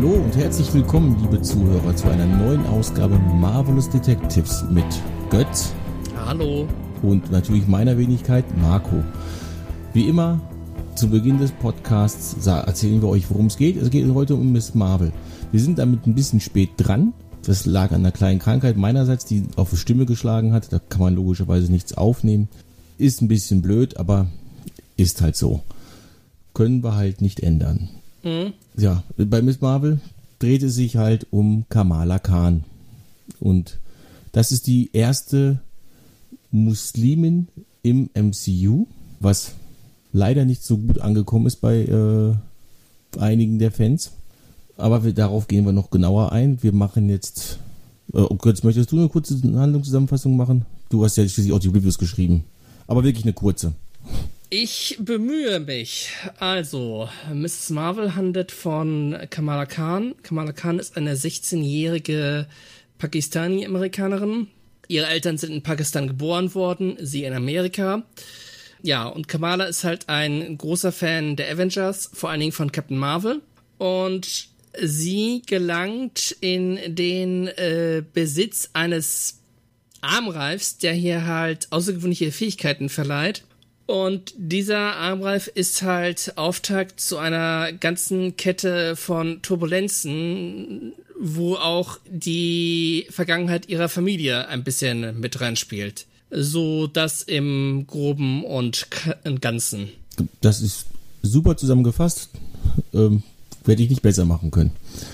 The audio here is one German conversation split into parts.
Hallo und herzlich willkommen, liebe Zuhörer, zu einer neuen Ausgabe Marvelous Detectives mit Götz. Hallo. Und natürlich meiner Wenigkeit, Marco. Wie immer, zu Beginn des Podcasts erzählen wir euch, worum es geht. Es geht heute um Miss Marvel. Wir sind damit ein bisschen spät dran. Das lag an einer kleinen Krankheit meinerseits, die auf die Stimme geschlagen hat. Da kann man logischerweise nichts aufnehmen. Ist ein bisschen blöd, aber ist halt so. Können wir halt nicht ändern. Ja, bei Miss Marvel dreht es sich halt um Kamala Khan. Und das ist die erste Muslimin im MCU, was leider nicht so gut angekommen ist bei einigen der Fans. Aber darauf gehen wir noch genauer ein. Wir machen jetzt... Götz, möchtest du eine kurze Handlungszusammenfassung machen? Du hast ja schließlich auch die Reviews geschrieben. Aber wirklich eine kurze. Ich bemühe mich. Also, Mrs. Marvel handelt von Kamala Khan. Kamala Khan ist eine 16-jährige Pakistani-Amerikanerin. Ihre Eltern sind in Pakistan geboren worden, sie in Amerika. Ja, und Kamala ist halt ein großer Fan der Avengers, vor allen Dingen von Captain Marvel. Und sie gelangt in den Besitz eines Armreifs, der hier halt außergewöhnliche Fähigkeiten verleiht. Und dieser Armreif ist halt Auftakt zu einer ganzen Kette von Turbulenzen, wo auch die Vergangenheit ihrer Familie ein bisschen mit reinspielt. So das im Groben und Ganzen. Das ist super zusammengefasst. Werde ich nicht besser machen können.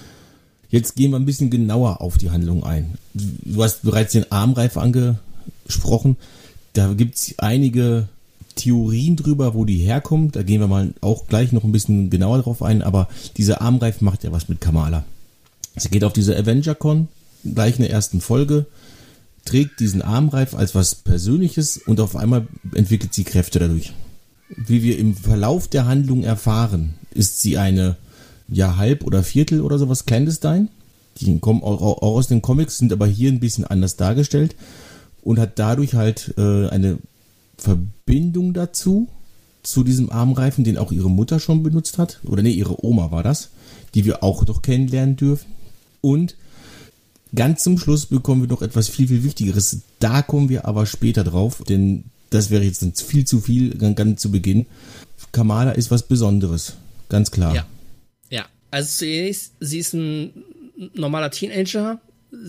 Jetzt gehen wir ein bisschen genauer auf die Handlung ein. Du hast bereits den Armreif angesprochen. Da gibt es einige Theorien drüber, wo die herkommt. Da gehen wir mal auch gleich noch ein bisschen genauer drauf ein. Aber dieser Armreif macht ja was mit Kamala. Sie geht auf diese Avenger-Con, gleich in der ersten Folge, trägt diesen Armreif als was Persönliches und auf einmal entwickelt sie Kräfte dadurch. Wie wir im Verlauf der Handlung erfahren, ist sie eine Halb- oder Viertel oder sowas Clandestine. Die kommen auch aus den Comics, sind aber hier ein bisschen anders dargestellt und hat dadurch halt eine Verbindung zu diesem Armreifen, den auch ihre Mutter schon benutzt hat. Oder nee, ihre Oma war das, die wir auch noch kennenlernen dürfen. Und ganz zum Schluss bekommen wir noch etwas viel, viel Wichtigeres. Da kommen wir aber später drauf, denn das wäre jetzt viel zu viel, ganz zu Beginn. Kamala ist was Besonderes, ganz klar. Ja. Also sie ist ein normaler Teenager.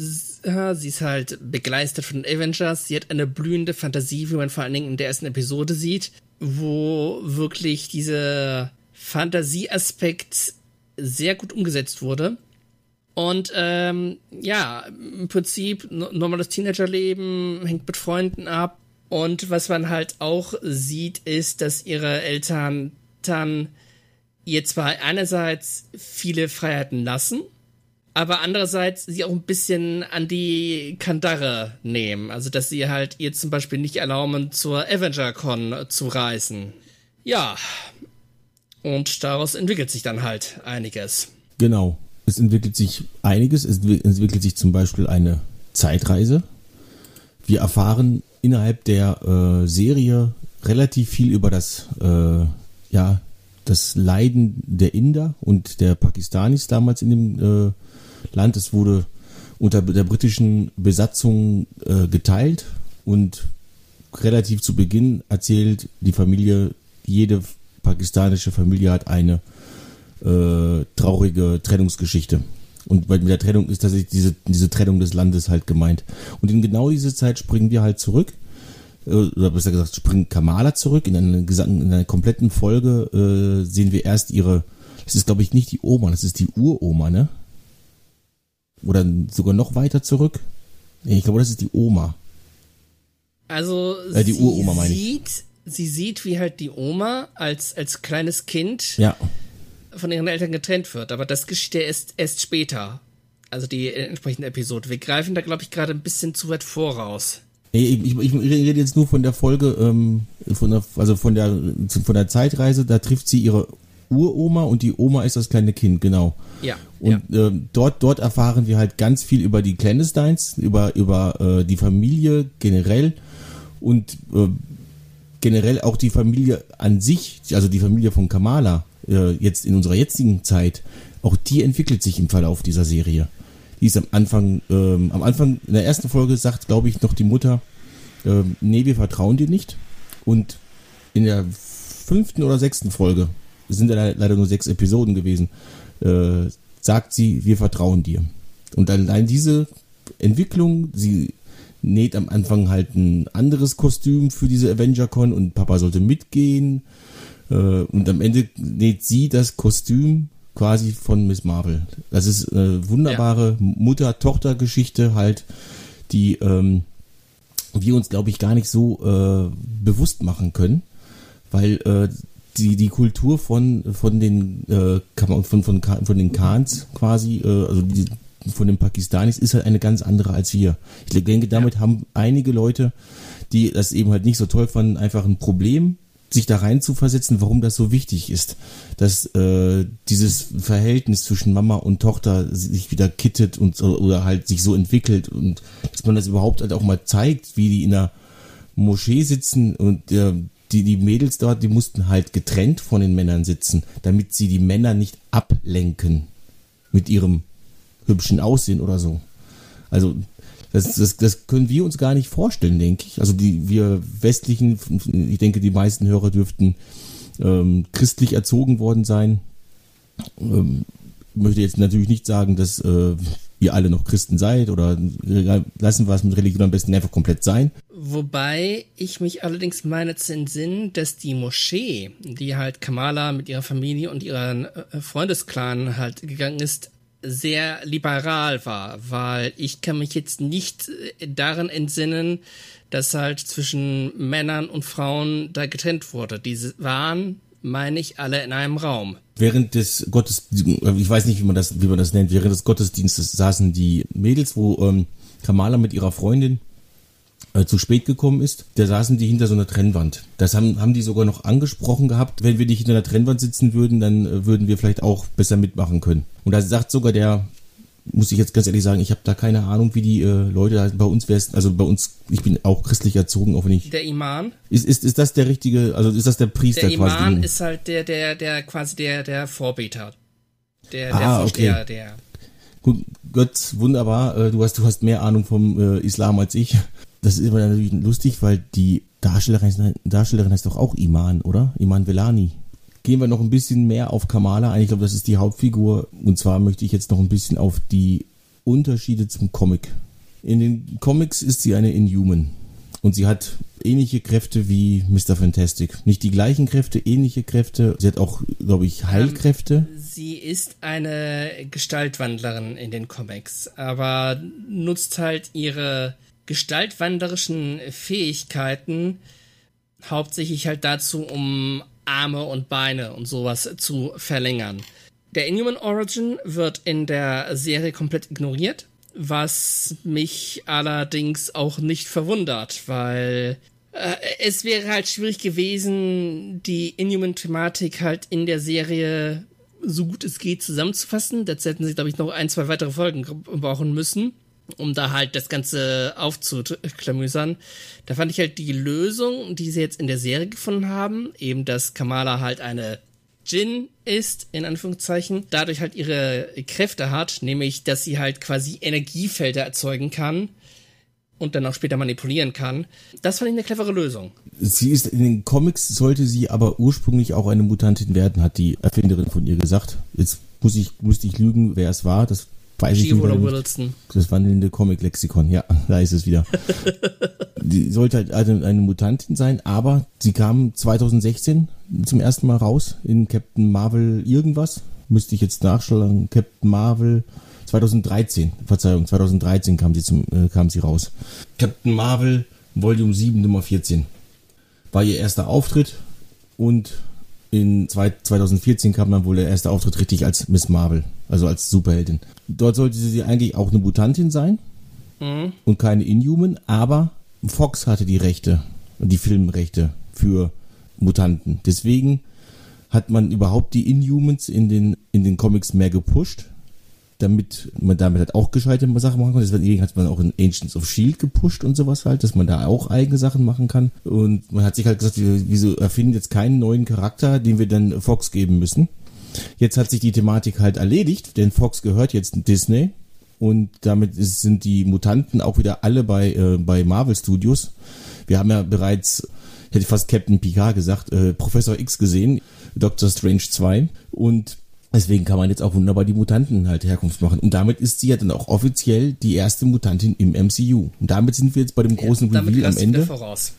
Sie ist halt begeistert von den Avengers. Sie hat eine blühende Fantasie, wie man vor allen Dingen in der ersten Episode sieht, wo wirklich dieser Fantasieaspekt sehr gut umgesetzt wurde. Und im Prinzip normales Teenagerleben, hängt mit Freunden ab. Und was man halt auch sieht, ist, dass ihre Eltern dann ihr zwar einerseits viele Freiheiten lassen, aber andererseits sie auch ein bisschen an die Kandare nehmen. Also, dass sie halt ihr zum Beispiel nicht erlauben, zur Avenger-Con zu reisen. Ja, und daraus entwickelt sich dann halt einiges. Genau, es entwickelt sich einiges. Es entwickelt sich zum Beispiel eine Zeitreise. Wir erfahren innerhalb der Serie relativ viel über das Leiden der Inder und der Pakistanis damals in dem Land. Es wurde unter der britischen Besatzung geteilt und relativ zu Beginn erzählt die Familie, jede pakistanische Familie hat eine traurige Trennungsgeschichte. Und mit der Trennung ist tatsächlich diese Trennung des Landes halt gemeint. Und in genau diese Zeit springen wir halt zurück, oder besser gesagt springt Kamala zurück. In einer kompletten Folge sehen wir erst das ist glaube ich nicht die Oma, das ist die Uroma, ne? Oder sogar noch weiter zurück. Nee, ich glaube, das ist die Oma. Also die Uroma meine ich. Sie sieht, wie halt die Oma als kleines Kind von ihren Eltern getrennt wird. Aber das geschieht ja erst später. Also die entsprechende Episode. Wir greifen da, glaube ich, gerade ein bisschen zu weit voraus. Ich rede jetzt nur von der Folge, von der Zeitreise. Da trifft sie ihre Uroma und die Oma ist das kleine Kind, genau. Ja. Und dort erfahren wir halt ganz viel über die Clandestines, über die Familie generell und generell auch die Familie an sich, also die Familie von Kamala, jetzt in unserer jetzigen Zeit, auch die entwickelt sich im Verlauf dieser Serie. Die ist am Anfang in der ersten Folge sagt, glaube ich, noch die Mutter, nee, wir vertrauen dir nicht. Und in der 5. oder 6. Folge, es sind ja leider nur 6 Episoden gewesen, sagt sie, wir vertrauen dir. Und allein diese Entwicklung, sie näht am Anfang halt ein anderes Kostüm für diese Avenger-Con und Papa sollte mitgehen. Und am Ende näht sie das Kostüm quasi von Miss Marvel. Das ist eine wunderbare Mutter-Tochter-Geschichte halt, die wir uns, glaube ich, gar nicht so bewusst machen können, weil die Kultur von den Khans quasi, also von den Pakistanis ist halt eine ganz andere als wir. Ich denke, damit haben einige Leute, die das eben halt nicht so toll fanden, einfach ein Problem, sich da rein zu versetzen, warum das so wichtig ist, dass dieses Verhältnis zwischen Mama und Tochter sich wieder kittet und oder halt sich so entwickelt und dass man das überhaupt halt auch mal zeigt, wie die in der Moschee sitzen und die Mädels dort, die mussten halt getrennt von den Männern sitzen, damit sie die Männer nicht ablenken mit ihrem hübschen Aussehen oder so. Also das können wir uns gar nicht vorstellen, denke ich. Also wir westlichen, ich denke, die meisten Hörer dürften christlich erzogen worden sein. Möchte jetzt natürlich nicht sagen, dass ihr alle noch Christen seid oder lassen wir es mit Religion am besten einfach komplett sein. Wobei ich mich allerdings meine zu entsinnen, dass die Moschee, die halt Kamala mit ihrer Familie und ihren Freundesklan halt gegangen ist, sehr liberal war, weil ich kann mich jetzt nicht daran entsinnen, dass halt zwischen Männern und Frauen da getrennt wurde. Diese waren, meine ich, alle in einem Raum. Während des Gottesdienstes, ich weiß nicht, wie man das nennt, während des Gottesdienstes saßen die Mädels, wo Kamala mit ihrer Freundin zu spät gekommen ist, da saßen die hinter so einer Trennwand. Das haben die sogar noch angesprochen gehabt. Wenn wir nicht hinter einer Trennwand sitzen würden, dann würden wir vielleicht auch besser mitmachen können. Und da sagt sogar muss ich jetzt ganz ehrlich sagen, ich habe da keine Ahnung, wie die Leute da bei uns wären. Also bei uns, ich bin auch christlich erzogen, auch wenn ich... Der Imam? Ist das der richtige, also ist das der Priester quasi? Der Imam ist halt der quasi der Vorbeter. Der Vorsteher, okay. Gut, Gott, wunderbar. Du hast mehr Ahnung vom Islam als ich. Das ist aber natürlich lustig, weil die Darstellerin heißt doch auch Iman, oder? Iman Vellani. Gehen wir noch ein bisschen mehr auf Kamala ein. Ich glaube, das ist die Hauptfigur. Und zwar möchte ich jetzt noch ein bisschen auf die Unterschiede zum Comic. In den Comics ist sie eine Inhuman. Und sie hat ähnliche Kräfte wie Mr. Fantastic. Nicht die gleichen Kräfte, ähnliche Kräfte. Sie hat auch, glaube ich, Heilkräfte. Sie ist eine Gestaltwandlerin in den Comics, aber nutzt halt ihre gestaltwandlerischen Fähigkeiten hauptsächlich halt dazu, um Arme und Beine und sowas zu verlängern. Der Inhuman Origin wird in der Serie komplett ignoriert, was mich allerdings auch nicht verwundert, weil es wäre halt schwierig gewesen, die Inhuman-Thematik halt in der Serie so gut es geht zusammenzufassen. Dazu hätten sie, glaube ich, noch 1-2 weitere Folgen brauchen müssen, um da halt das Ganze aufzuklamüsern. Da fand ich halt die Lösung, die sie jetzt in der Serie gefunden haben, eben, dass Kamala halt eine Djinn ist, in Anführungszeichen, dadurch halt ihre Kräfte hat, nämlich, dass sie halt quasi Energiefelder erzeugen kann und dann auch später manipulieren kann. Das fand ich eine clevere Lösung. Sie ist in den Comics, sollte sie aber ursprünglich auch eine Mutantin werden, hat die Erfinderin von ihr gesagt. Jetzt musste ich lügen, wer es war, das weiß ich nicht. Wilson. Das wandelnde Comic-Lexikon, ja, da ist es wieder. Die sollte halt eine Mutantin sein, aber sie kam 2016 zum ersten Mal raus in Captain Marvel irgendwas. Müsste ich jetzt nachschauen. Captain Marvel 2013 kam sie raus. Captain Marvel Volume 7 Nummer 14 war ihr erster Auftritt und in 2014 kam dann wohl der erste Auftritt richtig als Miss Marvel, also als Superheldin. Dort sollte sie eigentlich auch eine Mutantin sein und keine Inhuman, aber Fox hatte die Rechte, die Filmrechte für Mutanten. Deswegen hat man überhaupt die Inhumans in den Comics mehr gepusht, damit man damit halt auch gescheite Sachen machen konnte. Deswegen hat man auch in Agents of S.H.I.E.L.D. gepusht und sowas halt, dass man da auch eigene Sachen machen kann. Und man hat sich halt gesagt, wieso erfinden jetzt keinen neuen Charakter, den wir dann Fox geben müssen. Jetzt hat sich die Thematik halt erledigt, denn Fox gehört jetzt Disney und damit sind die Mutanten auch wieder alle bei Marvel Studios. Wir haben ja bereits, ich hätte fast Captain Picard gesagt, Professor X gesehen, Doctor Strange 2 und deswegen kann man jetzt auch wunderbar die Mutanten halt Herkunft machen. Und damit ist sie ja dann auch offiziell die erste Mutantin im MCU. Und damit sind wir jetzt bei dem großen Reveal am Ende. Voraus.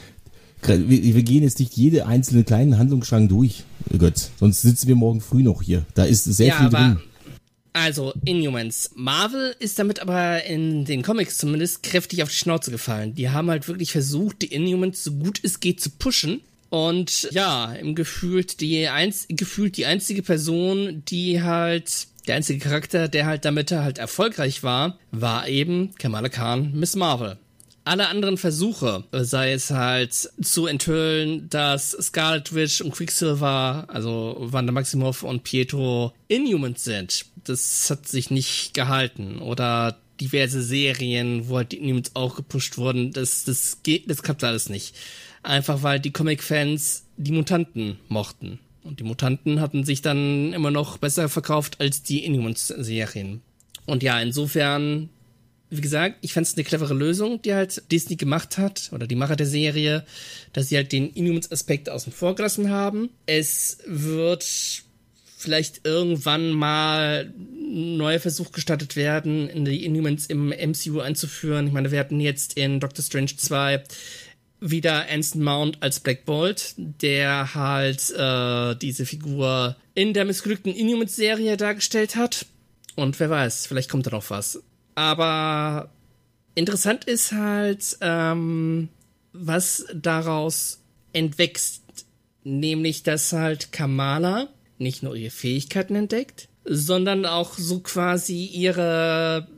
Wir gehen jetzt nicht jede einzelne kleine Handlungsstrang durch, Götz. Sonst sitzen wir morgen früh noch hier. Da ist sehr viel drin. Also, Inhumans. Marvel ist damit aber in den Comics zumindest kräftig auf die Schnauze gefallen. Die haben halt wirklich versucht, die Inhumans so gut es geht zu pushen. Und ja, gefühlt die einzige Person, der einzige Charakter, der halt damit halt erfolgreich war eben Kamala Khan, Miss Marvel. Alle anderen Versuche, sei es halt zu enthüllen, dass Scarlet Witch und Quicksilver, also Wanda Maximoff und Pietro Inhumans sind, das hat sich nicht gehalten. Oder diverse Serien, wo halt die Inhumans auch gepusht wurden, das klappt alles nicht. Einfach weil die Comic-Fans die Mutanten mochten. Und die Mutanten hatten sich dann immer noch besser verkauft als die Inhumans-Serien. Und ja, insofern, wie gesagt, ich fand es eine clevere Lösung, die halt Disney gemacht hat, oder die Macher der Serie, dass sie halt den Inhumans-Aspekt außen vor gelassen haben. Es wird vielleicht irgendwann mal ein neuer Versuch gestartet werden, in die Inhumans im MCU einzuführen. Ich meine, wir hatten jetzt in Doctor Strange 2 wieder Anson Mount als Black Bolt, der halt diese Figur in der missglückten Inhumans-Serie dargestellt hat. Und wer weiß, vielleicht kommt da noch was. Aber interessant ist halt, was daraus entwächst. Nämlich, dass halt Kamala nicht nur ihre Fähigkeiten entdeckt, sondern auch so quasi ihre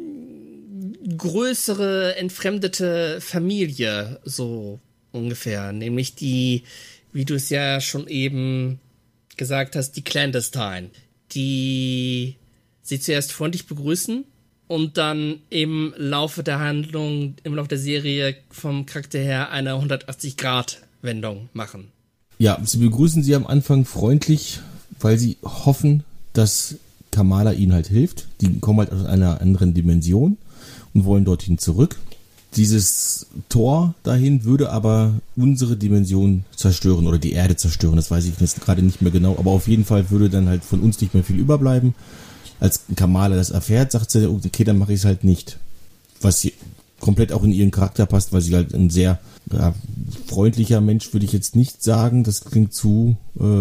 größere entfremdete Familie, so ungefähr. Nämlich die, wie du es ja schon eben gesagt hast, die Clandestine. Die sie zuerst freundlich begrüßen und dann im Laufe der Handlung, im Laufe der Serie vom Charakter her eine 180-Grad-Wendung machen. Ja, sie begrüßen sie am Anfang freundlich, weil sie hoffen, dass Kamala ihnen halt hilft. Die kommen halt aus einer anderen Dimension und wollen dorthin zurück. Dieses Tor dahin würde aber unsere Dimension zerstören oder die Erde zerstören. Das weiß ich jetzt gerade nicht mehr genau, aber auf jeden Fall würde dann halt von uns nicht mehr viel überbleiben. Als Kamala das erfährt, sagt sie, okay, dann mache ich es halt nicht. Was komplett auch in ihren Charakter passt, weil sie halt ein sehr freundlicher Mensch, würde ich jetzt nicht sagen. Das klingt zu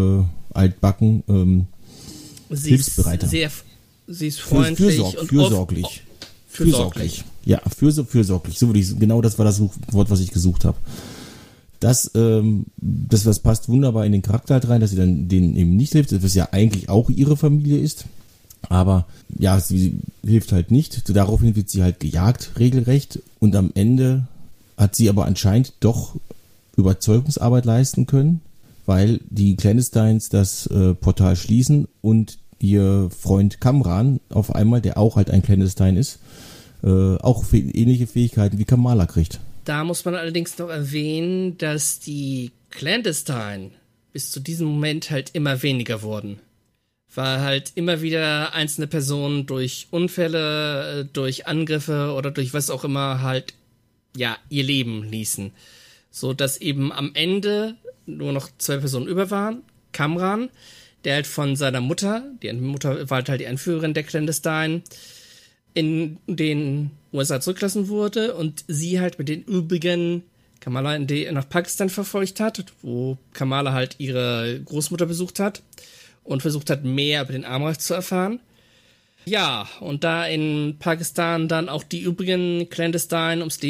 altbacken. Hilfsbereiter. Sie ist freundlich und fürsorglich. Fürsorglich. Ja, fürsorglich. So würde ich, genau das war das Wort, was ich gesucht habe. Das passt wunderbar in den Charakter halt rein, dass sie dann denen eben nicht hilft, was ja eigentlich auch ihre Familie ist. Aber ja, sie hilft halt nicht. Daraufhin wird sie halt gejagt, regelrecht. Und am Ende hat sie aber anscheinend doch Überzeugungsarbeit leisten können, weil die Clandestines das Portal schließen und ihr Freund Kamran auf einmal, der auch halt ein Clandestine ist, auch ähnliche Fähigkeiten wie Kamala kriegt. Da muss man allerdings noch erwähnen, dass die Clandestine bis zu diesem Moment halt immer weniger wurden. Weil halt immer wieder einzelne Personen durch Unfälle, durch Angriffe oder durch was auch immer halt, ja, ihr Leben ließen. So dass eben am Ende nur noch 2 Personen über waren. Kamran, der halt von seiner Mutter, die Mutter war halt die Anführerin der Clandestine, in den USA zurückgelassen wurde und sie halt mit den übrigen Kamala nach Pakistan verfolgt hat, wo Kamala halt ihre Großmutter besucht hat und versucht hat, mehr über den Armreich zu erfahren. Ja, und da in Pakistan dann auch die übrigen Clandestine ums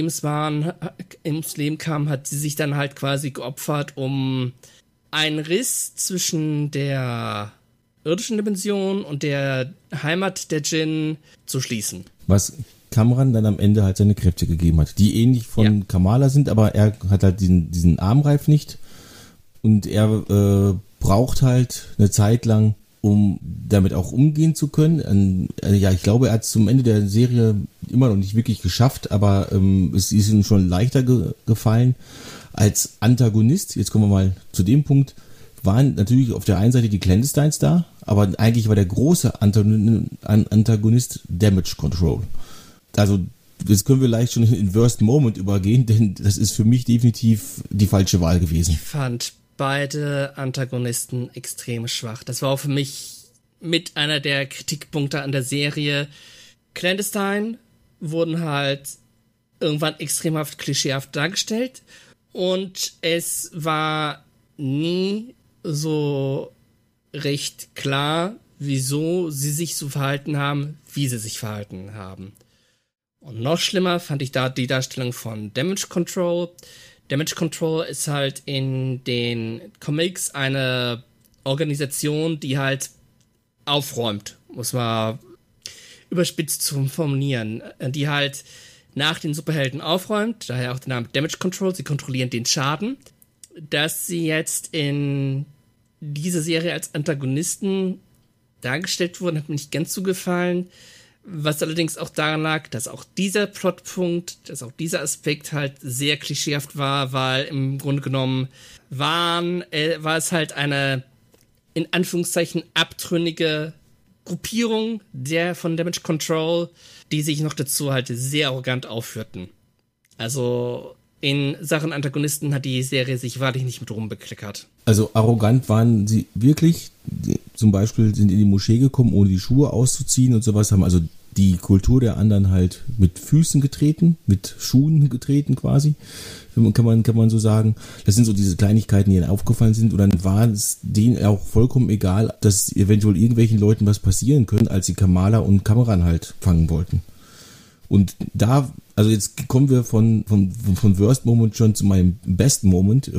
Leben kamen, hat sie sich dann halt quasi geopfert, um einen Riss zwischen der irdischen Dimension und der Heimat der Djinn zu schließen. Was Kamran dann am Ende halt seine Kräfte gegeben hat, die ähnlich von Kamala sind, aber er hat halt diesen Armreif nicht und er braucht halt eine Zeit lang, um damit auch umgehen zu können. Ja, ich glaube, er hat es zum Ende der Serie immer noch nicht wirklich geschafft, aber es ist ihm schon leichter gefallen als Antagonist. Jetzt kommen wir mal zu dem Punkt, waren natürlich auf der einen Seite die Clandestines da, aber eigentlich war der große Antagonist Damage Control. Also jetzt können wir leicht schon in Worst Moment übergehen, denn das ist für mich definitiv die falsche Wahl gewesen. Ich fand beide Antagonisten extrem schwach. Das war auch für mich mit einer der Kritikpunkte an der Serie. Clandestine wurden halt irgendwann extremhaft klischeehaft dargestellt und es war nie so recht klar, wieso sie sich so verhalten haben, wie sie sich verhalten haben. Und noch schlimmer fand ich da die Darstellung von Damage Control. Damage Control ist halt in den Comics eine Organisation, die halt aufräumt, muss man überspitzt zu formulieren, die halt nach den Superhelden aufräumt, daher auch der Name Damage Control, sie kontrollieren den Schaden. Dass sie jetzt in dieser Serie als Antagonisten dargestellt wurden, hat mir nicht ganz so gefallen, was allerdings auch daran lag, dass auch dieser Plotpunkt, dass auch dieser Aspekt halt sehr klischeehaft war, weil im Grunde genommen war es halt eine in Anführungszeichen abtrünnige Gruppierung der von Damage Control, die sich noch dazu halt sehr arrogant aufführten. Also in Sachen Antagonisten hat die Serie sich wahrlich nicht mit rumbekleckert. Also arrogant waren sie wirklich. Zum Beispiel sind in die Moschee gekommen, ohne die Schuhe auszuziehen und sowas, haben also die Kultur der anderen halt mit Füßen getreten, mit Schuhen getreten quasi, kann man so sagen. Das sind so diese Kleinigkeiten, die ihnen aufgefallen sind, und dann war es denen auch vollkommen egal, dass eventuell irgendwelchen Leuten was passieren könnte, als sie Kamala und Kamran halt fangen wollten. Und da, also jetzt kommen wir von Worst Moment schon zu meinem Best Moment.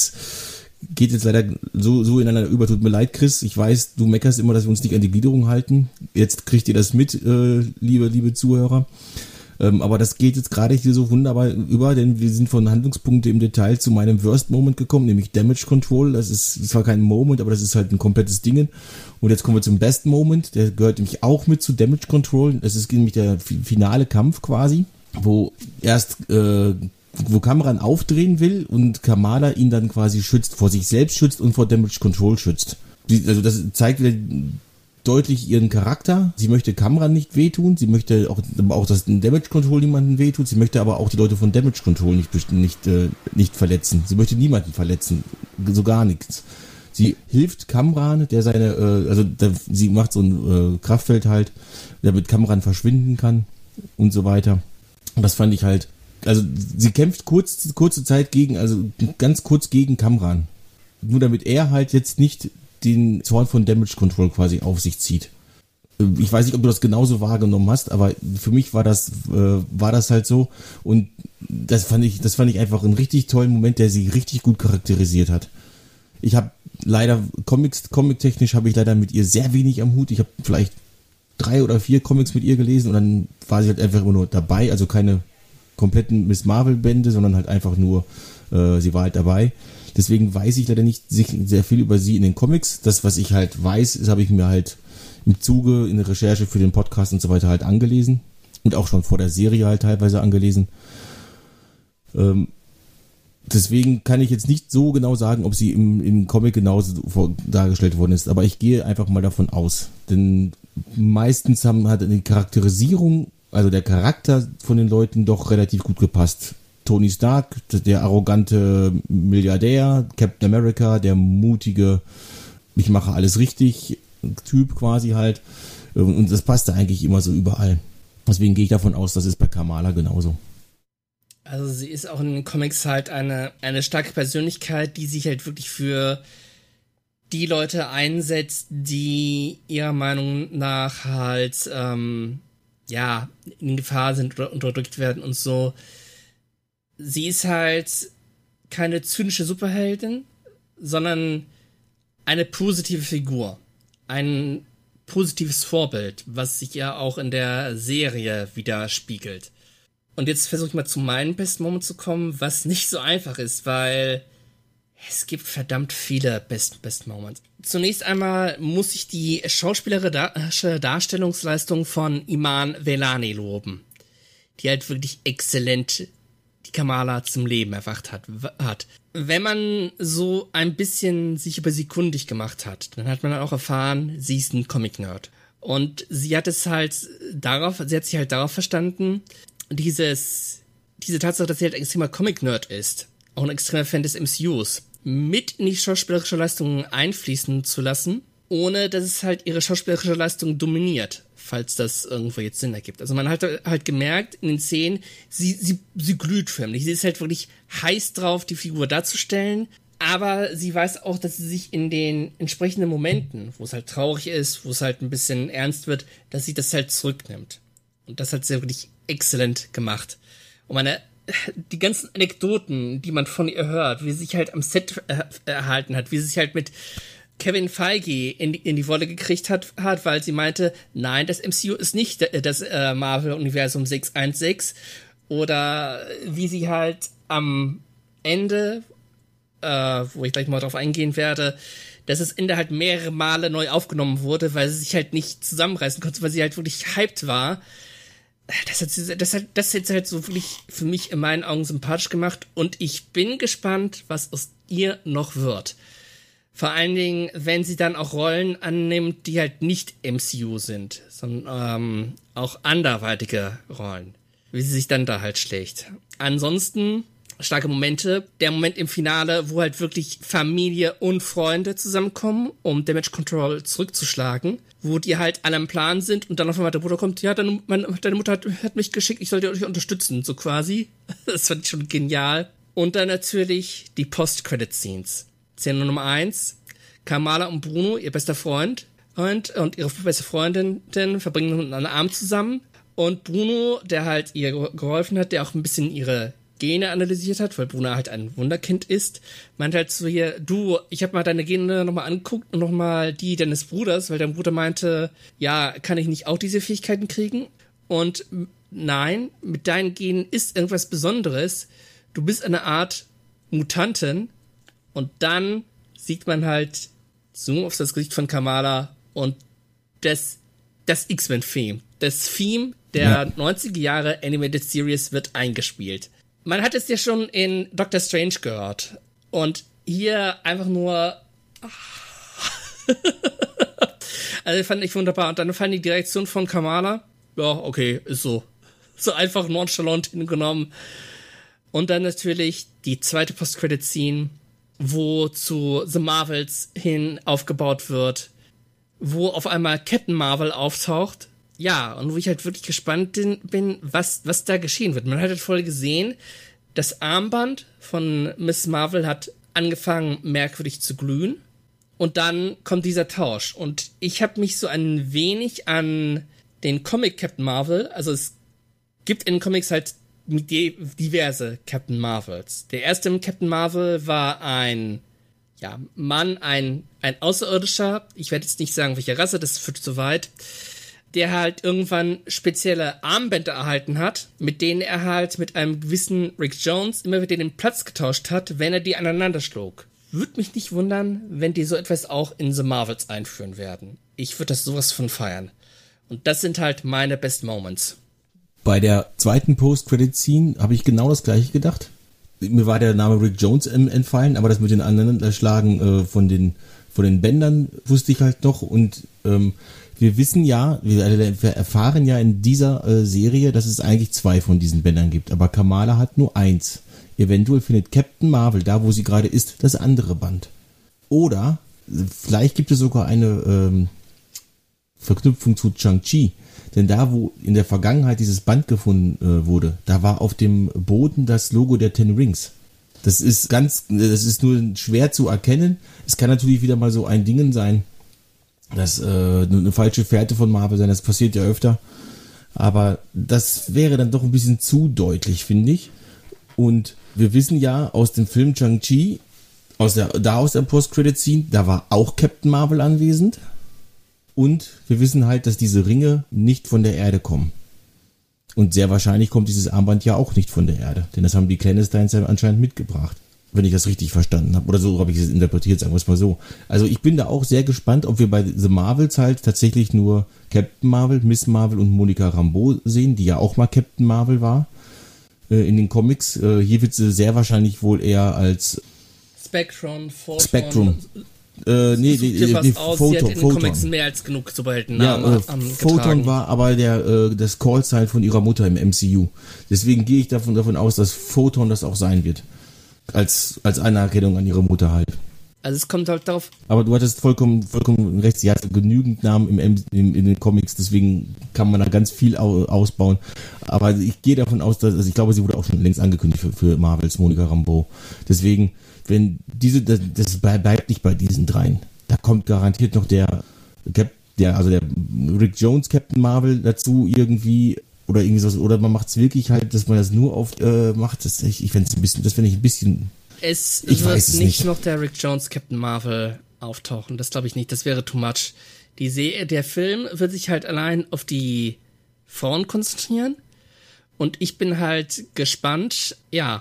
Geht jetzt leider so ineinander über. Tut mir leid, Chris. Ich weiß, du meckerst immer, dass wir uns nicht an die Gliederung halten. Jetzt kriegt ihr das mit, liebe Zuhörer. Aber das geht jetzt gerade hier so wunderbar über, denn wir sind von Handlungspunkte im Detail zu meinem Worst Moment gekommen, nämlich Damage Control. Das ist zwar kein Moment, aber das ist halt ein komplettes Ding. Und jetzt kommen wir zum Best Moment. Der gehört nämlich auch mit zu Damage Control. Das ist nämlich der finale Kampf quasi, wo Kamran aufdrehen will und Kamala ihn dann quasi schützt, vor sich selbst schützt und vor Damage Control schützt. Also das zeigt wieder deutlich ihren Charakter. Sie möchte Kamran nicht wehtun, sie möchte auch dass Damage Control niemanden wehtut, sie möchte aber auch die Leute von Damage Control nicht verletzen. Sie möchte niemanden verletzen, so gar nichts. Sie hilft Kamran, der sie macht so ein Kraftfeld halt, damit Kamran verschwinden kann und so weiter. Und das fand ich halt. Also sie kämpft kurze Zeit ganz kurz gegen Kamran. Nur damit er halt jetzt nicht den Zorn von Damage Control quasi auf sich zieht. Ich weiß nicht, ob du das genauso wahrgenommen hast, aber für mich war das halt so. Und das fand ich einfach einen richtig tollen Moment, der sie richtig gut charakterisiert hat. Ich habe leider comic-technisch habe ich leider mit ihr sehr wenig am Hut. Ich habe vielleicht 3 oder 4 Comics mit ihr gelesen und dann war sie halt einfach immer nur dabei, also keine kompletten Miss Marvel-Bände, sondern halt einfach nur, sie war halt dabei. Deswegen weiß ich leider nicht sehr viel über sie in den Comics. Das, was ich halt weiß, das habe ich mir halt im Zuge in der Recherche für den Podcast und so weiter halt angelesen. Und auch schon vor der Serie halt teilweise angelesen. Deswegen kann ich jetzt nicht so genau sagen, ob sie im Comic genauso dargestellt worden ist. Aber ich gehe einfach mal davon aus. Denn meistens hat die Charakterisierung, also der Charakter von den Leuten, doch relativ gut gepasst. Tony Stark, der arrogante Milliardär, Captain America, der mutige, ich mache alles richtig Typ quasi halt. Und das passte eigentlich immer so überall. Deswegen gehe ich davon aus, das ist bei Kamala genauso. Also sie ist auch in den Comics halt eine starke Persönlichkeit, die sich halt wirklich für die Leute einsetzt, die ihrer Meinung nach halt in Gefahr sind oder unterdrückt werden und so. Sie ist halt keine zynische Superheldin, sondern eine positive Figur. Ein positives Vorbild, was sich ja auch in der Serie widerspiegelt. Und jetzt versuche ich mal zu meinem Best Moment zu kommen, was nicht so einfach ist, weil es gibt verdammt viele Best Moments. Zunächst einmal muss ich die schauspielerische Darstellungsleistung von Iman Vellani loben, die halt wirklich exzellent die Kamala zum Leben erwacht hat. Wenn man so ein bisschen sich über sie kundig gemacht hat, dann hat man auch erfahren, sie ist ein Comic-Nerd. Und sie hat sich halt darauf verstanden, diese Tatsache, dass sie halt ein extremer Comic-Nerd ist, auch ein extremer Fan des MCUs, mit in die schauspielerische Leistung einfließen zu lassen, ohne dass es halt ihre schauspielerische Leistung dominiert, falls das irgendwo jetzt Sinn ergibt. Also man hat halt gemerkt in den Szenen, sie glüht förmlich. Sie ist halt wirklich heiß drauf, die Figur darzustellen, aber sie weiß auch, dass sie sich in den entsprechenden Momenten, wo es halt traurig ist, wo es halt ein bisschen ernst wird, dass sie das halt zurücknimmt. Und das hat sie wirklich exzellent gemacht. Und die ganzen Anekdoten, die man von ihr hört, wie sie sich halt am Set erhalten hat, wie sie sich halt mit Kevin Feige in die Wolle gekriegt hat, weil sie meinte, nein, das MCU ist nicht das Marvel-Universum 616. Oder wie sie halt am Ende, wo ich gleich mal drauf eingehen werde, dass das Ende halt mehrere Male neu aufgenommen wurde, weil sie sich halt nicht zusammenreißen konnte, weil sie halt wirklich hyped war. Das hat sie halt so wirklich für mich in meinen Augen sympathisch gemacht und ich bin gespannt, was aus ihr noch wird. Vor allen Dingen, wenn sie dann auch Rollen annimmt, die halt nicht MCU sind, sondern auch anderweitige Rollen. Wie sie sich dann da halt schlägt. Ansonsten starke Momente. Der Moment im Finale, wo halt wirklich Familie und Freunde zusammenkommen, um Damage Control zurückzuschlagen. Wo die halt alle im Plan sind und dann auf einmal der Bruder kommt, ja, deine Mutter hat mich geschickt, ich sollte euch unterstützen, so quasi. Das fand ich schon genial. Und dann natürlich die Post-Credit-Scenes. Szene Nummer 1. Kamala und Bruno, ihr bester Freund und ihre beste Freundin verbringen einen Abend zusammen. Und Bruno, der halt ihr geholfen hat, der auch ein bisschen ihre Gene analysiert hat, weil Bruno halt ein Wunderkind ist, meinte halt zu ihr, du, ich habe mal deine Gene nochmal angeguckt und nochmal die deines Bruders, weil dein Bruder meinte, ja, kann ich nicht auch diese Fähigkeiten kriegen? Und nein, mit deinen Genen ist irgendwas Besonderes. Du bist eine Art Mutantin. Und dann sieht man halt Zoom auf das Gesicht von Kamala und das X-Men-Theme. Das Theme der 90er Jahre Animated Series wird eingespielt. Man hat es ja schon in Doctor Strange gehört. Und hier einfach nur... Also fand ich wunderbar. Und dann fand die Reaktion von Kamala, ja, okay, ist so. So einfach nonchalant hingenommen. Und dann natürlich die zweite Post-Credit-Scene, wo zu The Marvels hin aufgebaut wird, wo auf einmal Captain Marvel auftaucht. Ja, und wo ich halt wirklich gespannt bin, was da geschehen wird. Man hat halt voll gesehen, das Armband von Miss Marvel hat angefangen, merkwürdig zu glühen. Und dann kommt dieser Tausch. Und ich habe mich so ein wenig an den Comic Captain Marvel, also es gibt in Comics halt diverse Captain Marvels. Der erste Captain Marvel war ein Mann, ein Außerirdischer, ich werde jetzt nicht sagen, welche Rasse, das führt zu weit, der halt irgendwann spezielle Armbänder erhalten hat, mit denen er halt mit einem gewissen Rick Jones immer wieder den Platz getauscht hat, wenn er die aneinander schlug. Würde mich nicht wundern, wenn die so etwas auch in The Marvels einführen werden. Ich würde das sowas von feiern. Und das sind halt meine Best Moments. Bei der zweiten Post-Credit-Scene habe ich genau das gleiche gedacht. Mir war der Name Rick Jones entfallen, aber das mit den Aneinanderschlagen von den Bändern wusste ich halt noch. Und wir wissen ja, wir erfahren ja in dieser Serie, dass es eigentlich 2 von diesen Bändern gibt. Aber Kamala hat nur 1. Eventuell findet Captain Marvel, da wo sie gerade ist, das andere Band. Oder vielleicht gibt es sogar eine Verknüpfung zu Shang-Chi. Denn da, wo in der Vergangenheit dieses Band gefunden wurde, da war auf dem Boden das Logo der Ten Rings. Das ist nur schwer zu erkennen. Es kann natürlich wieder mal so ein Ding sein, dass eine falsche Fährte von Marvel sein. Das passiert ja öfter. Aber das wäre dann doch ein bisschen zu deutlich, finde ich. Und wir wissen ja aus dem Film Shang-Chi, aus der Post-Credit-Scene, da war auch Captain Marvel anwesend. Und wir wissen halt, dass diese Ringe nicht von der Erde kommen. Und sehr wahrscheinlich kommt dieses Armband ja auch nicht von der Erde. Denn das haben die Clandestines ja anscheinend mitgebracht. Wenn ich das richtig verstanden habe. Oder so habe ich es interpretiert, sagen wir es mal so. Also ich bin da auch sehr gespannt, ob wir bei The Marvels halt tatsächlich nur Captain Marvel, Miss Marvel und Monica Rambeau sehen, die ja auch mal Captain Marvel war. in den Comics. Hier wird sie sehr wahrscheinlich wohl eher als Spectrum, Photon. Spectrum. Photon. Sie hat in den Comics mehr als genug Superheldennamen Photon getragen. war aber das Callsign von ihrer Mutter im MCU. Deswegen gehe ich davon aus, dass Photon das auch sein wird. Als Anerkennung an ihre Mutter halt. Also es kommt halt darauf. Aber du hattest vollkommen recht, sie hatte genügend Namen in den Comics, deswegen kann man da ganz viel ausbauen. Aber ich gehe davon aus, ich glaube, sie wurde auch schon längst angekündigt für Marvels Monica Rambeau. Deswegen, wenn das bleibt nicht bei diesen dreien. Da kommt garantiert noch der Rick Jones Captain Marvel dazu irgendwie. Oder irgendwie so, oder man macht es wirklich halt, dass man das nur auf macht. Das finde ich ein bisschen. Es wird nicht noch der Rick Jones Captain Marvel auftauchen. Das glaube ich nicht. Das wäre too much. Der Film wird sich halt allein auf die Frauen konzentrieren. Und ich bin halt gespannt,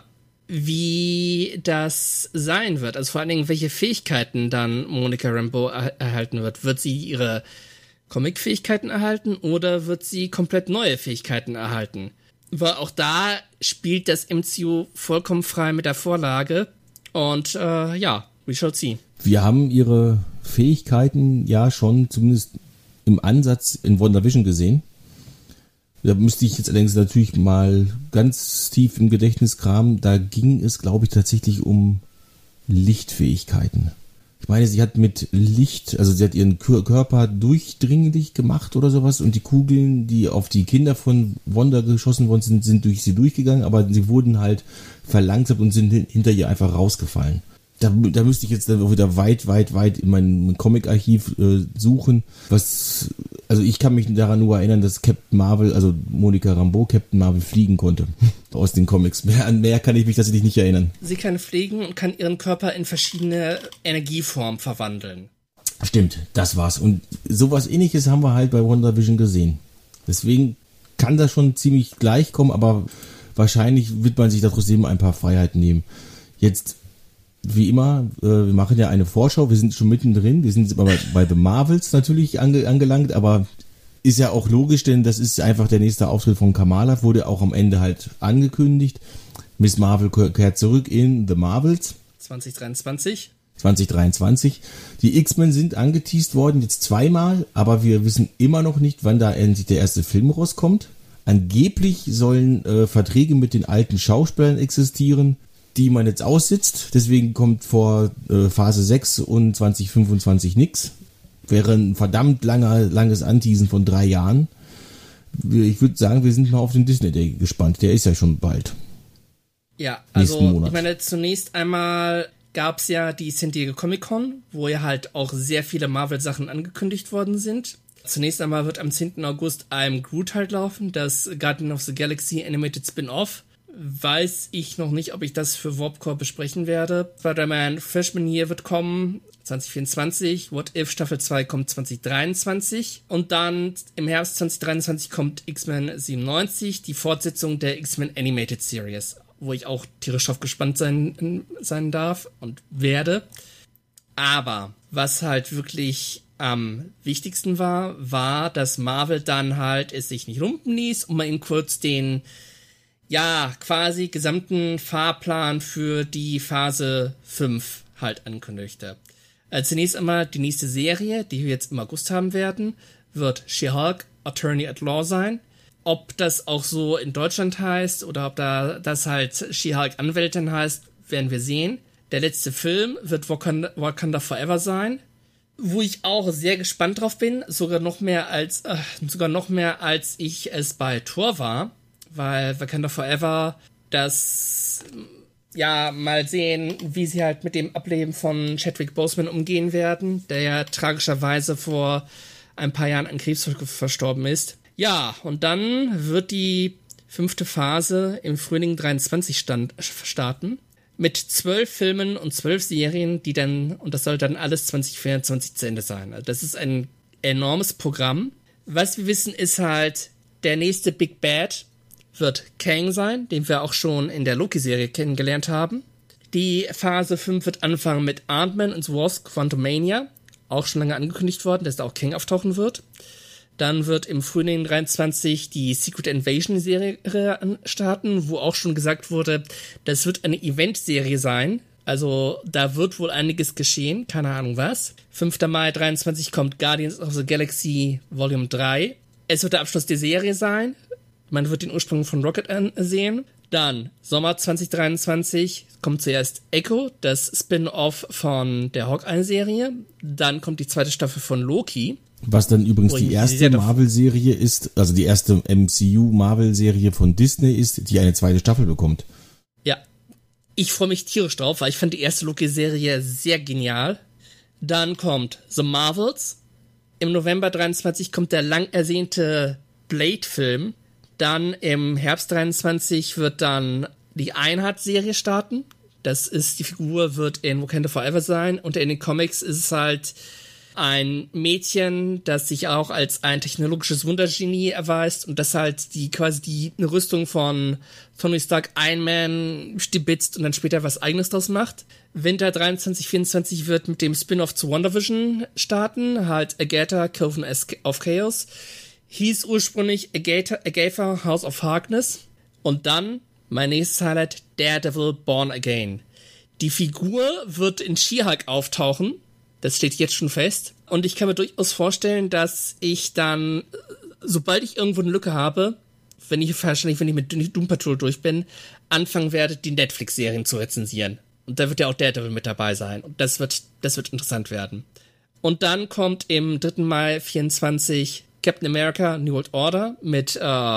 wie das sein wird. Also vor allen Dingen, welche Fähigkeiten dann Monica Rambeau erhalten wird. Wird sie ihre Comic-Fähigkeiten erhalten oder wird sie komplett neue Fähigkeiten erhalten? Weil auch da spielt das MCU vollkommen frei mit der Vorlage und we shall see. Wir haben ihre Fähigkeiten ja schon zumindest im Ansatz in WandaVision gesehen. Da müsste ich jetzt allerdings natürlich mal ganz tief im Gedächtnis kramen. Da ging es, glaube ich, tatsächlich um Lichtfähigkeiten. Ich meine, sie hat mit Licht, also sie hat ihren Körper durchdringlich gemacht oder sowas und die Kugeln, die auf die Kinder von Wanda geschossen worden sind durch sie durchgegangen, aber sie wurden halt verlangsamt und sind hinter ihr einfach rausgefallen. Da müsste ich jetzt dann auch wieder weit in meinem Comic-Archiv suchen. Also ich kann mich daran nur erinnern, dass Captain Marvel, also Monica Rambeau, Captain Marvel fliegen konnte aus den Comics. An mehr kann ich mich tatsächlich nicht erinnern. Sie kann fliegen und kann ihren Körper in verschiedene Energieformen verwandeln. Stimmt, das war's. Und sowas Ähnliches haben wir halt bei WandaVision gesehen. Deswegen kann das schon ziemlich gleich kommen, aber wahrscheinlich wird man sich da trotzdem ein paar Freiheiten nehmen. Jetzt wie immer, wir machen ja eine Vorschau, wir sind schon mittendrin, wir sind aber bei The Marvels natürlich angelangt, aber ist ja auch logisch, denn das ist einfach der nächste Auftritt von Kamala, wurde auch am Ende halt angekündigt. Miss Marvel kehrt zurück in The Marvels. 2023. Die X-Men sind angeteast worden, jetzt zweimal, aber wir wissen immer noch nicht, wann da endlich der erste Film rauskommt. Angeblich sollen Verträge mit den alten Schauspielern existieren, die man jetzt aussitzt. Deswegen kommt vor Phase 6 und 2025 nix. Wäre ein verdammt langes Anteasen von 3 Jahren. Ich würde sagen, wir sind mal auf den Disney Day gespannt. Der ist ja schon bald. Ja, also ich meine, zunächst einmal gab es ja die San Diego Comic-Con, wo ja halt auch sehr viele Marvel-Sachen angekündigt worden sind. Zunächst einmal wird am 10. August I'm Groot halt laufen, das Guardian of the Galaxy Animated Spin-Off. Weiß ich noch nicht, ob ich das für Warpcore besprechen werde. Spider-Man Freshman Year wird kommen 2024, What If Staffel 2 kommt 2023 und dann im Herbst 2023 kommt X-Men 97, die Fortsetzung der X-Men Animated Series, wo ich auch tierisch drauf gespannt sein darf und werde. Aber was halt wirklich am wichtigsten war, dass Marvel dann halt es sich nicht lumpen ließ und mal eben kurz den quasi gesamten Fahrplan für die Phase 5 halt ankündigte. Zunächst einmal die nächste Serie, die wir jetzt im August haben werden, wird She-Hulk Attorney at Law sein. Ob das auch so in Deutschland heißt oder ob das halt She-Hulk Anwältin heißt, werden wir sehen. Der letzte Film wird Wakanda Forever sein, wo ich auch sehr gespannt drauf bin, sogar noch mehr als ich es bei Thor war. Weil Wakanda Forever, mal sehen, wie sie halt mit dem Ableben von Chadwick Boseman umgehen werden, der ja tragischerweise vor ein paar Jahren an Krebs verstorben ist. Ja, und dann wird die 5. Phase im Frühling 23 starten. Mit 12 Filmen und 12 Serien, und das soll dann alles 2024 zu Ende sein. Also das ist ein enormes Programm. Was wir wissen, ist halt, der nächste Big Bad wird Kang sein, den wir auch schon in der Loki-Serie kennengelernt haben. Die Phase 5 wird anfangen mit Ant-Man and the Wasp Quantumania, auch schon lange angekündigt worden, dass da auch Kang auftauchen wird. Dann wird im Frühling 23 die Secret Invasion Serie starten, wo auch schon gesagt wurde, das wird eine Event-Serie sein. Also da wird wohl einiges geschehen, keine Ahnung was. 5. Mai 23 kommt Guardians of the Galaxy Volume 3. Es wird der Abschluss der Serie sein. Man wird den Ursprung von Rocket sehen. Dann Sommer 2023 kommt zuerst Echo, das Spin-off von der Hawkeye-Serie. Dann kommt die zweite Staffel von Loki. Was dann übrigens die erste Marvel-Serie ist, also die erste MCU-Marvel-Serie von Disney ist, die eine zweite Staffel bekommt. Ja, ich freue mich tierisch drauf, weil ich fand die erste Loki-Serie sehr genial. Dann kommt The Marvels. Im November 23 kommt der lang ersehnte Blade-Film. Dann im Herbst 23 wird dann die Einheit-Serie starten. Das ist, die Figur wird in Wakanda Forever sein und in den Comics ist es halt ein Mädchen, das sich auch als ein technologisches Wundergenie erweist und das halt die eine Rüstung von Tony Stark Iron Man stibitzt und dann später was Eigenes draus macht. Winter 23, 24 wird mit dem Spin-off zu WandaVision starten, halt Agatha, Coven of Chaos. Hieß ursprünglich Agatha, House of Harkness. Und dann, mein nächstes Highlight, Daredevil Born Again. Die Figur wird in She-Hulk auftauchen. Das steht jetzt schon fest. Und ich kann mir durchaus vorstellen, dass ich dann, sobald ich irgendwo eine Lücke habe, wenn ich mit Doom Patrol durch bin, anfangen werde, die Netflix-Serien zu rezensieren. Und da wird ja auch Daredevil mit dabei sein. Und das wird interessant werden. Und dann kommt im 3. Mai 24 Captain America New World Order mit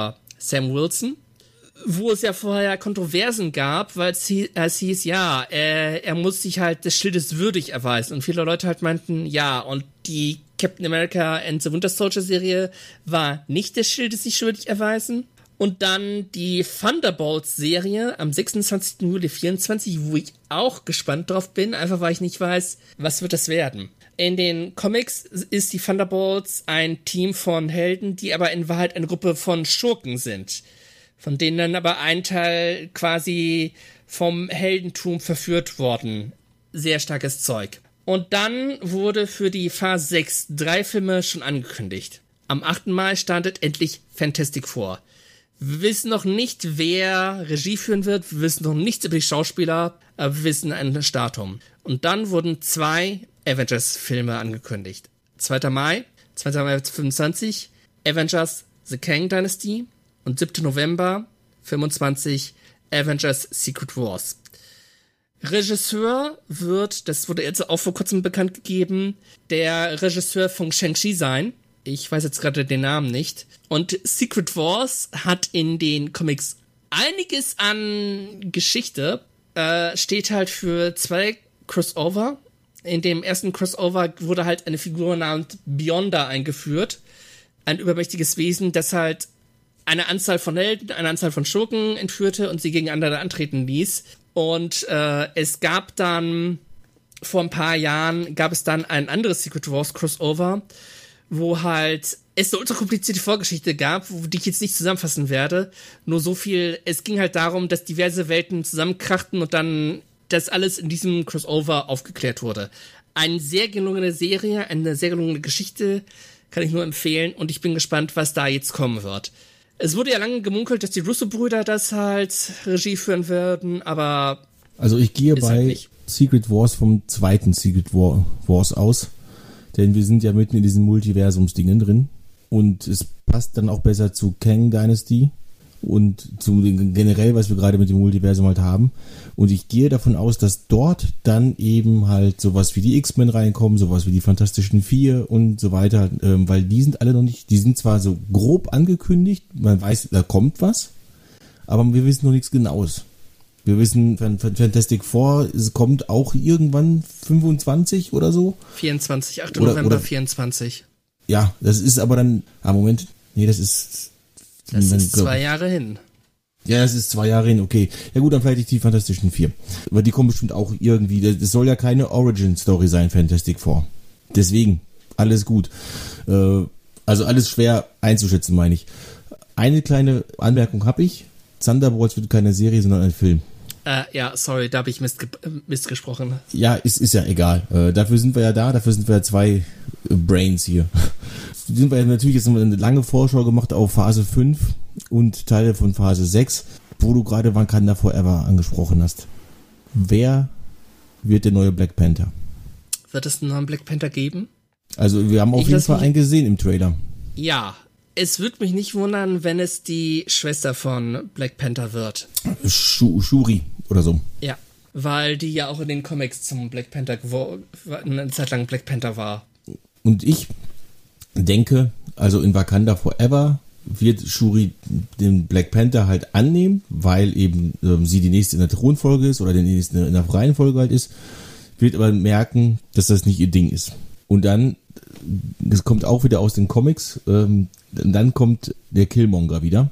Sam Wilson, wo es ja vorher Kontroversen gab, weil es hieß, ja, er muss sich halt des Schildes würdig erweisen. Und viele Leute halt meinten, ja, und die Captain America and the Winter Soldier Serie war nicht des Schildes sich würdig erweisen. Und dann die Thunderbolts-Serie am 26. Juli 24, wo ich auch gespannt drauf bin, einfach weil ich nicht weiß, was wird das werden. In den Comics ist die Thunderbolts ein Team von Helden, die aber in Wahrheit eine Gruppe von Schurken sind, von denen dann aber ein Teil quasi vom Heldentum verführt worden. Sehr starkes Zeug. Und dann wurde für die Phase 6 3 Filme schon angekündigt. Am 8. Mai startet endlich Fantastic Four. Wir wissen noch nicht, wer Regie führen wird. Wir wissen noch nichts über die Schauspieler, aber wir wissen ein Datum. Und dann wurden 2 Avengers-Filme angekündigt. 2. Mai 25, Avengers The Kang Dynasty und 7. November 25, Avengers Secret Wars. Regisseur wird, das wurde jetzt auch vor kurzem bekannt gegeben, der Regisseur von Shang-Chi sein. Ich weiß jetzt gerade den Namen nicht. Und Secret Wars hat in den Comics einiges an Geschichte. Steht halt für 2 Crossover. In dem ersten Crossover wurde halt eine Figur namens Beyonder eingeführt. Ein übermächtiges Wesen, das halt eine Anzahl von Helden, eine Anzahl von Schurken entführte und sie gegeneinander antreten ließ. Und es gab dann, vor ein paar Jahren, gab es dann ein anderes Secret Wars Crossover, wo halt es eine ultra komplizierte Vorgeschichte gab, die ich jetzt nicht zusammenfassen werde. Nur so viel, es ging halt darum, dass diverse Welten zusammenkrachten und dann das alles in diesem Crossover aufgeklärt wurde. Eine sehr gelungene Serie, eine sehr gelungene Geschichte, kann ich nur empfehlen und ich bin gespannt, was da jetzt kommen wird. Es wurde ja lange gemunkelt, dass die Russo-Brüder das halt Regie führen würden, aber also ich gehe bei halt Secret Wars vom zweiten Secret Wars aus, denn wir sind ja mitten in diesen Multiversums-Dingen drin und es passt dann auch besser zu Kang Dynasty und zu den generell, was wir gerade mit dem Multiversum halt haben. Und ich gehe davon aus, dass dort dann eben halt sowas wie die X-Men reinkommen, sowas wie die Fantastischen Vier und so weiter, weil die sind alle noch nicht, die sind zwar so grob angekündigt, man weiß, da kommt was, aber wir wissen noch nichts Genaues. Wir wissen, Fantastic Four, es kommt auch irgendwann 25 oder so. 24, 8. November 24. Ja, das ist aber dann, Moment, nee, das ist 2 Jahre hin. Ja, das ist 2 Jahre hin, okay. Ja gut, dann vielleicht die Fantastischen Vier. Aber die kommen bestimmt auch irgendwie, das soll ja keine Origin-Story sein, Fantastic Four. Deswegen, alles gut. Also alles schwer einzuschätzen, meine ich. Eine kleine Anmerkung habe ich. Thunderbolts wird keine Serie, sondern ein Film. Ja, sorry, da habe ich missgesprochen. Ja, ist ja egal. Dafür sind wir ja da, dafür sind wir ja 2 Brains hier. Sind wir natürlich jetzt eine lange Vorschau gemacht auf Phase 5 und Teile von Phase 6, wo du gerade Wakanda Forever angesprochen hast. Wer wird der neue Black Panther? Wird es einen neuen Black Panther geben? Also wir haben auf jeden Fall einen gesehen im Trailer. Ja, es würde mich nicht wundern, wenn es die Schwester von Black Panther wird. Shuri oder so. Ja, weil die ja auch in den Comics zum Black Panther eine Zeit lang Black Panther war. Und ich denke, also in Wakanda Forever wird Shuri den Black Panther halt annehmen, weil eben sie die nächste in der Thronfolge ist oder die nächste in der freien Folge halt ist, wird aber merken, dass das nicht ihr Ding ist. Und dann, das kommt auch wieder aus den Comics, dann kommt der Killmonger wieder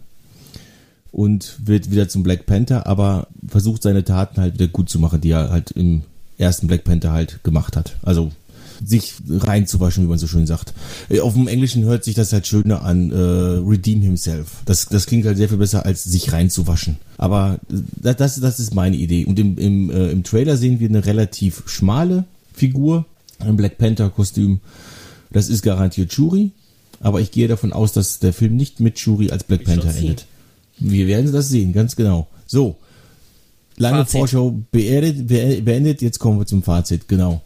und wird wieder zum Black Panther, aber versucht seine Taten halt wieder gut zu machen, die er halt im ersten Black Panther halt gemacht hat. Also sich reinzuwaschen, wie man so schön sagt. Auf dem Englischen hört sich das halt schöner an, redeem himself. Das klingt halt sehr viel besser, als sich reinzuwaschen. Aber das ist meine Idee. Und im Trailer sehen wir eine relativ schmale Figur, ein Black Panther Kostüm. Das ist garantiert Shuri. Aber ich gehe davon aus, dass der Film nicht mit Shuri als Black Panther endet. Wir werden das sehen, ganz genau. So, lange Fazit. Vorschau beendet, jetzt kommen wir zum Fazit, genau.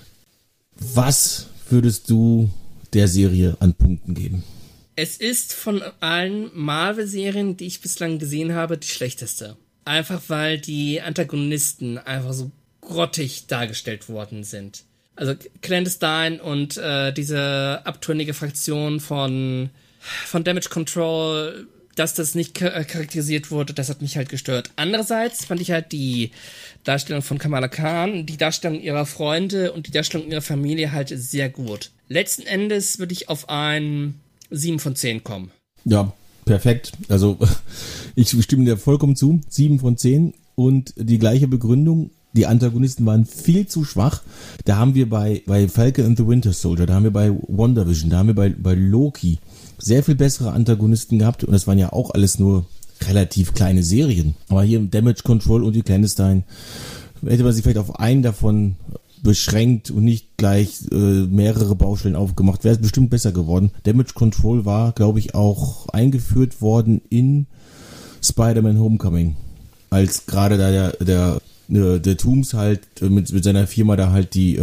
Was würdest du der Serie an Punkten geben? Es ist von allen Marvel-Serien, die ich bislang gesehen habe, die schlechteste. Einfach weil die Antagonisten einfach so grottig dargestellt worden sind. Also Clandestine und diese abtrünnige Fraktion von Damage Control, dass das nicht charakterisiert wurde, das hat mich halt gestört. Andererseits fand ich halt die Darstellung von Kamala Khan, die Darstellung ihrer Freunde und die Darstellung ihrer Familie halt sehr gut. Letzten Endes würde ich auf ein 7 von 10 kommen. Ja, perfekt. Also ich stimme dir vollkommen zu. 7 von 10 und die gleiche Begründung. Die Antagonisten waren viel zu schwach. Da haben wir bei Falcon and the Winter Soldier, da haben wir bei WandaVision, da haben wir bei Loki sehr viel bessere Antagonisten gehabt und das waren ja auch alles nur relativ kleine Serien. Aber hier im Damage Control und die Clandestine hätte man sich vielleicht auf einen davon beschränkt und nicht gleich mehrere Baustellen aufgemacht, wäre es bestimmt besser geworden. Damage Control war, glaube ich, auch eingeführt worden in Spider-Man Homecoming, als gerade da der Toomes halt mit seiner Firma da halt die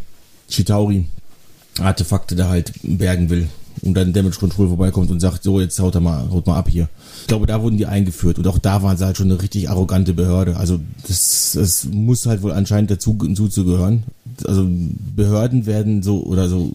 Chitauri-Artefakte da halt bergen will. Und dann Damage Control vorbeikommt und sagt, so, jetzt haut mal ab hier. Ich glaube, da wurden die eingeführt und auch da waren sie halt schon eine richtig arrogante Behörde. Also das muss halt wohl anscheinend zuzugehören. Also Behörden werden so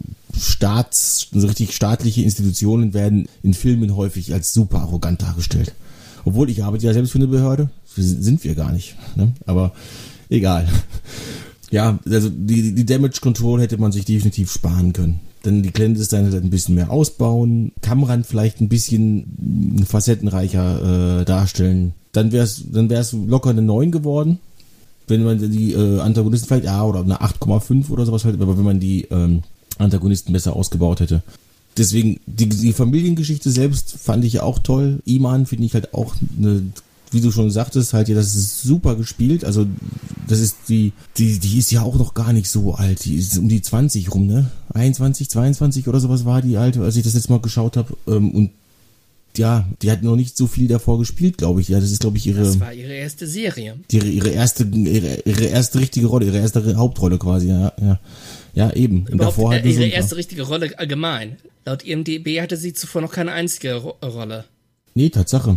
richtig staatliche Institutionen werden in Filmen häufig als super arrogant dargestellt. Obwohl, ich arbeite ja selbst für eine Behörde. Sind wir gar nicht. Ne? Aber egal. Ja, also die Damage Control hätte man sich definitiv sparen können. Dann die Clandestine halt ein bisschen mehr ausbauen, Kamran vielleicht ein bisschen facettenreicher darstellen. Dann wär's locker eine 9 geworden, wenn man die Antagonisten vielleicht, oder eine 8,5 oder sowas halt, aber wenn man die Antagonisten besser ausgebaut hätte. Deswegen, die Familiengeschichte selbst fand ich ja auch toll. Iman finde ich halt auch wie du schon sagtest, halt, ja, das ist super gespielt. Also, das ist die ist ja auch noch gar nicht so alt. Die ist um die 20 rum, ne? 21, 22 oder sowas war die alte, als ich das jetzt mal geschaut habe. Und ja, die hat noch nicht so viel davor gespielt, glaube ich. Ja, das ist, glaube ich, das war ihre erste Serie. Ihre erste richtige Rolle, ihre erste Hauptrolle quasi, ja. Ja, eben. Und davor halt ihre erste richtige Rolle allgemein. Laut IMDb hatte sie zuvor noch keine einzige Rolle. Nee, Tatsache.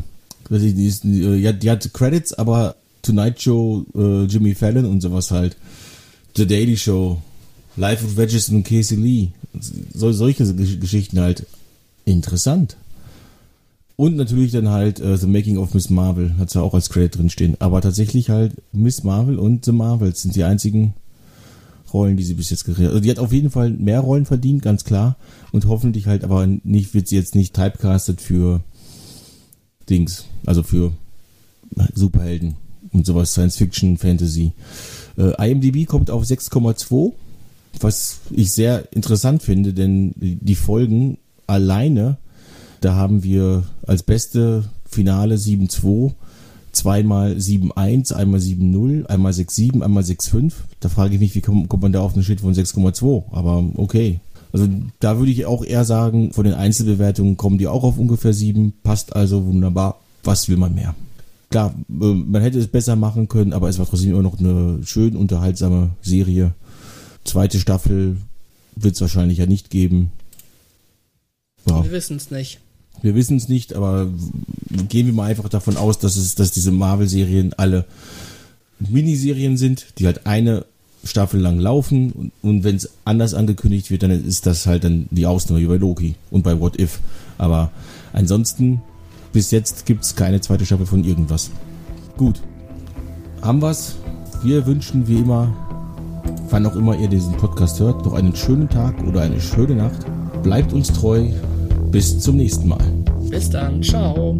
Die hat Credits, aber Tonight Show, Jimmy Fallon und sowas halt. The Daily Show, Life of Regis und Casey Lee. Solche Geschichten halt. Interessant. Und natürlich dann halt The Making of Miss Marvel, hat sie auch als Credit drin stehen. Aber tatsächlich halt Miss Marvel und The Marvels sind die einzigen Rollen, die sie bis jetzt gekriegt hat. Also die hat auf jeden Fall mehr Rollen verdient, ganz klar. Und hoffentlich halt aber nicht, wird sie jetzt nicht typecastet für Dings, also für Superhelden und sowas, Science Fiction, Fantasy. IMDb kommt auf 6,2, was ich sehr interessant finde, denn die Folgen alleine, da haben wir als beste Finale 7,2, zweimal 7,1, einmal 7,0, einmal 6,7, einmal 6,5. Da frage ich mich, wie kommt man da auf einen Shit von 6,2? Aber okay. Also da würde ich auch eher sagen, von den Einzelbewertungen kommen die auch auf ungefähr 7, passt also wunderbar. Was will man mehr? Klar, man hätte es besser machen können, aber es war trotzdem immer noch eine schön unterhaltsame Serie. Zweite Staffel wird es wahrscheinlich ja nicht geben. Ja. Wir wissen es nicht. Wir wissen es nicht, aber gehen wir mal einfach davon aus, dass diese Marvel-Serien alle Miniserien sind, die halt eine Staffel lang laufen und wenn es anders angekündigt wird, dann ist das halt dann die Ausnahme wie bei Loki und bei What If. Aber ansonsten, bis jetzt gibt es keine zweite Staffel von irgendwas. Gut, haben wir's. Wir wünschen wie immer, wann auch immer ihr diesen Podcast hört, noch einen schönen Tag oder eine schöne Nacht. Bleibt uns treu. Bis zum nächsten Mal. Bis dann. Ciao.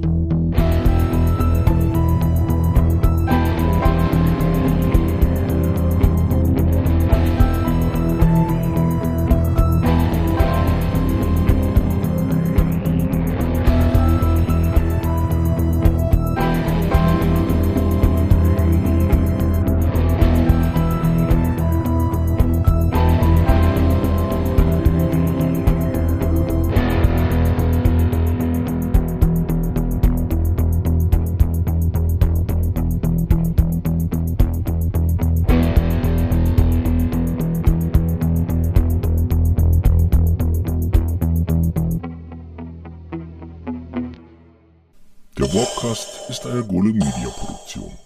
Der Warpcast ist eine Golem Media Produktion.